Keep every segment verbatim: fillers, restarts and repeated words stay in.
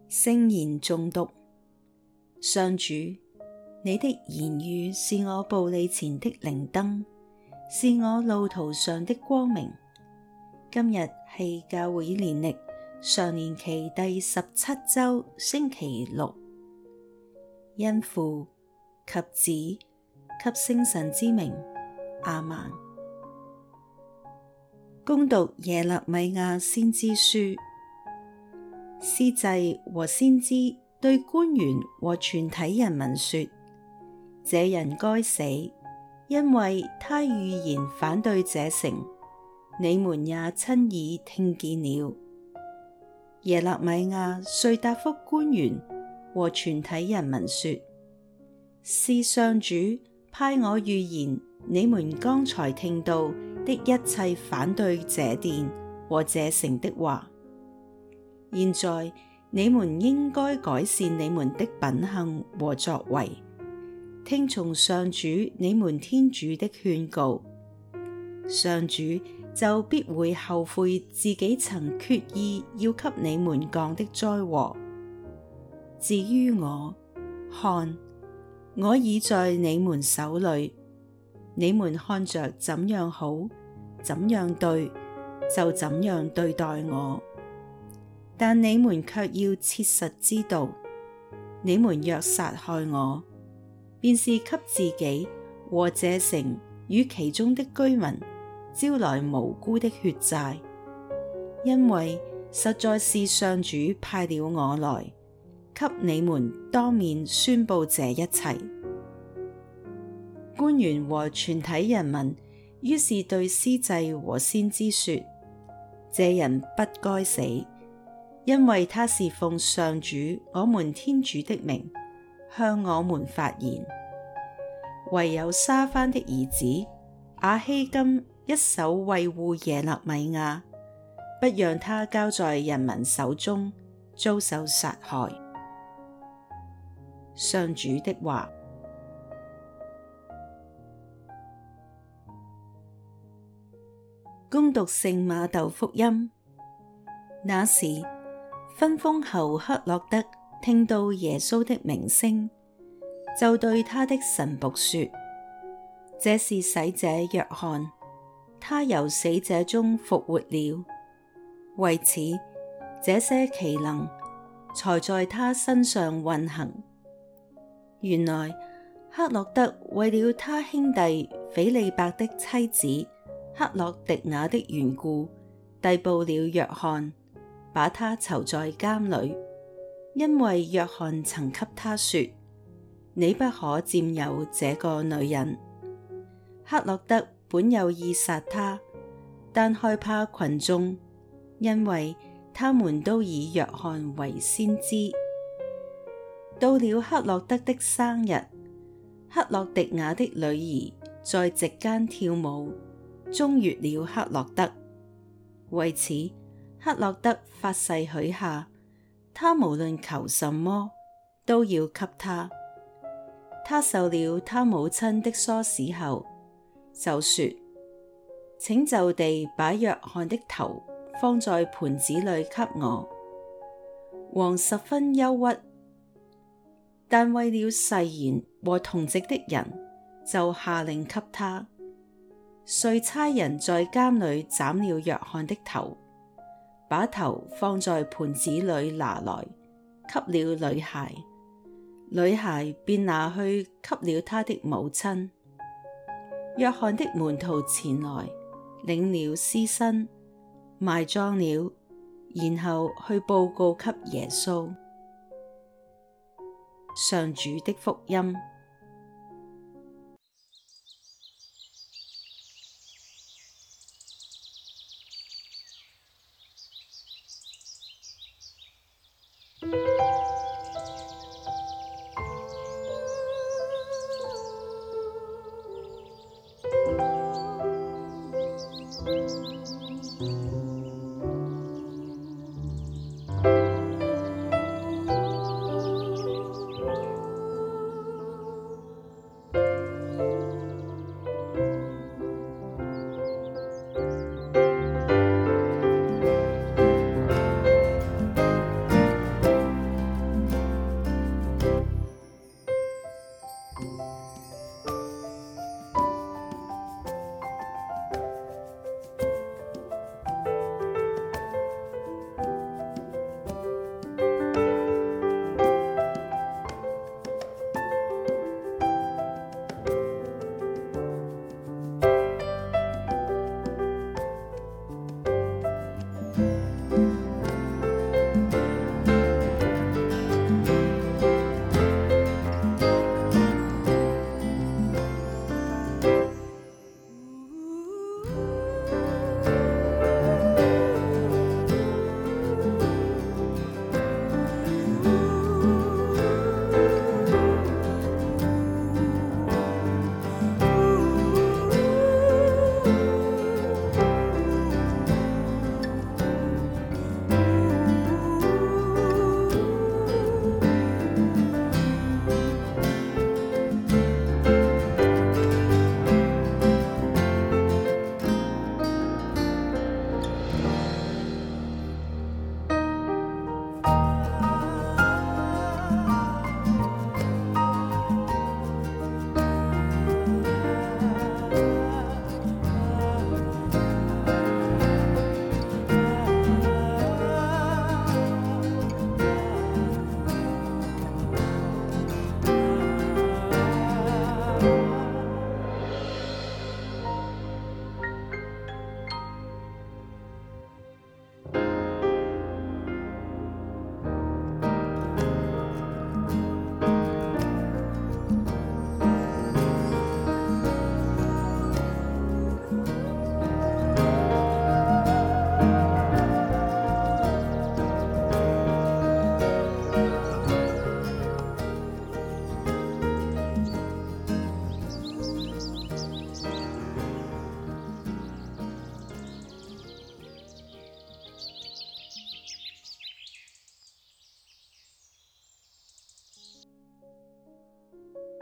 聖言誦讀。上主，你的言語是我步履前的靈燈，是我路途上的光明。今日係教會年曆常年期第十七周星期六，因父及子及聖神之名，阿們。恭讀耶肋米亞先知書。司祭和先知對官員和全體人民說：這人該死，因為他預言反對這城，你們也親耳聽見了。耶肋米亞遂答覆官員和全體人民說：是上主派我預言你們剛才聽到的一切反對這殿和這城的話。現在你們應該改善你們的品行和作為，聽從上主你們天主的勸告，上主就必會後悔自己曾決意要給你們降的災禍。至於我，看，我已在你們手裏，你們看着怎樣好，怎樣對，就怎樣對待我。但你們卻要切實知道，你們若殺害我，便是給自己和這城與其中的居民招來無辜的血債，因為實在是上主派了我來，給你們當面宣布這一切。官員和全體人民於是對司祭和先知說：這人不該死，因為他是奉上主我們天主的名向我們發言。唯有沙番的兒子阿希金一手維護耶肋米亞，不讓他交在人民手中遭受殺害。上主的話。恭讀聖瑪竇福音。那時，分封侯黑落德聽到耶穌的名聲，就對他的臣僕說：這是洗者若翰，他由死者中復活了。為此，這些奇能才在他身上運行。原來，黑落德為了他兄弟斐理伯的妻子克洛狄雅的緣故，逮捕了若翰，把他囚在監裏，因為若翰曾給他說：你不可佔有這個女人。黑落德本有意殺他，但害怕群眾，因為他們都以若翰為先知。到了黑落德的生日，克洛狄雅的女兒在席間跳舞，中悅了黑落德。為此，黑落德發誓許下，他無論求什麼，都要給他。他受了他母親的唆使後，就說：請就地把若翰的頭放在盤子裏給我。王十分憂鬱，但為了誓言和同席的人，就下令給他。遂差人在監裏斬了若翰的頭，把頭放在盤子裏拿來，給了女孩。女孩便拿去給了她的母親。若翰的門徒前來，領了屍身，埋葬了，然後去報告給耶穌。上主的福音。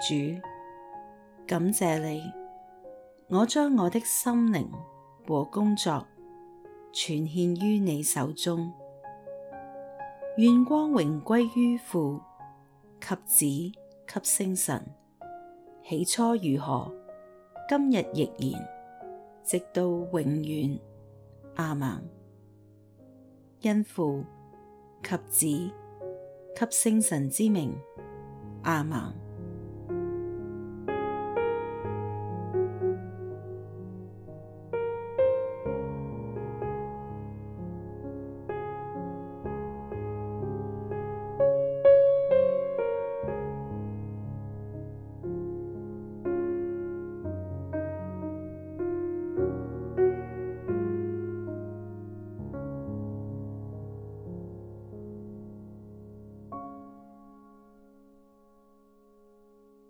主，感謝你，我將我的心靈和工作全獻於你手中。願光榮歸於父及子及聖神，起初如何，今日亦然，直到永遠。阿們。因父及子及聖神之名。阿們。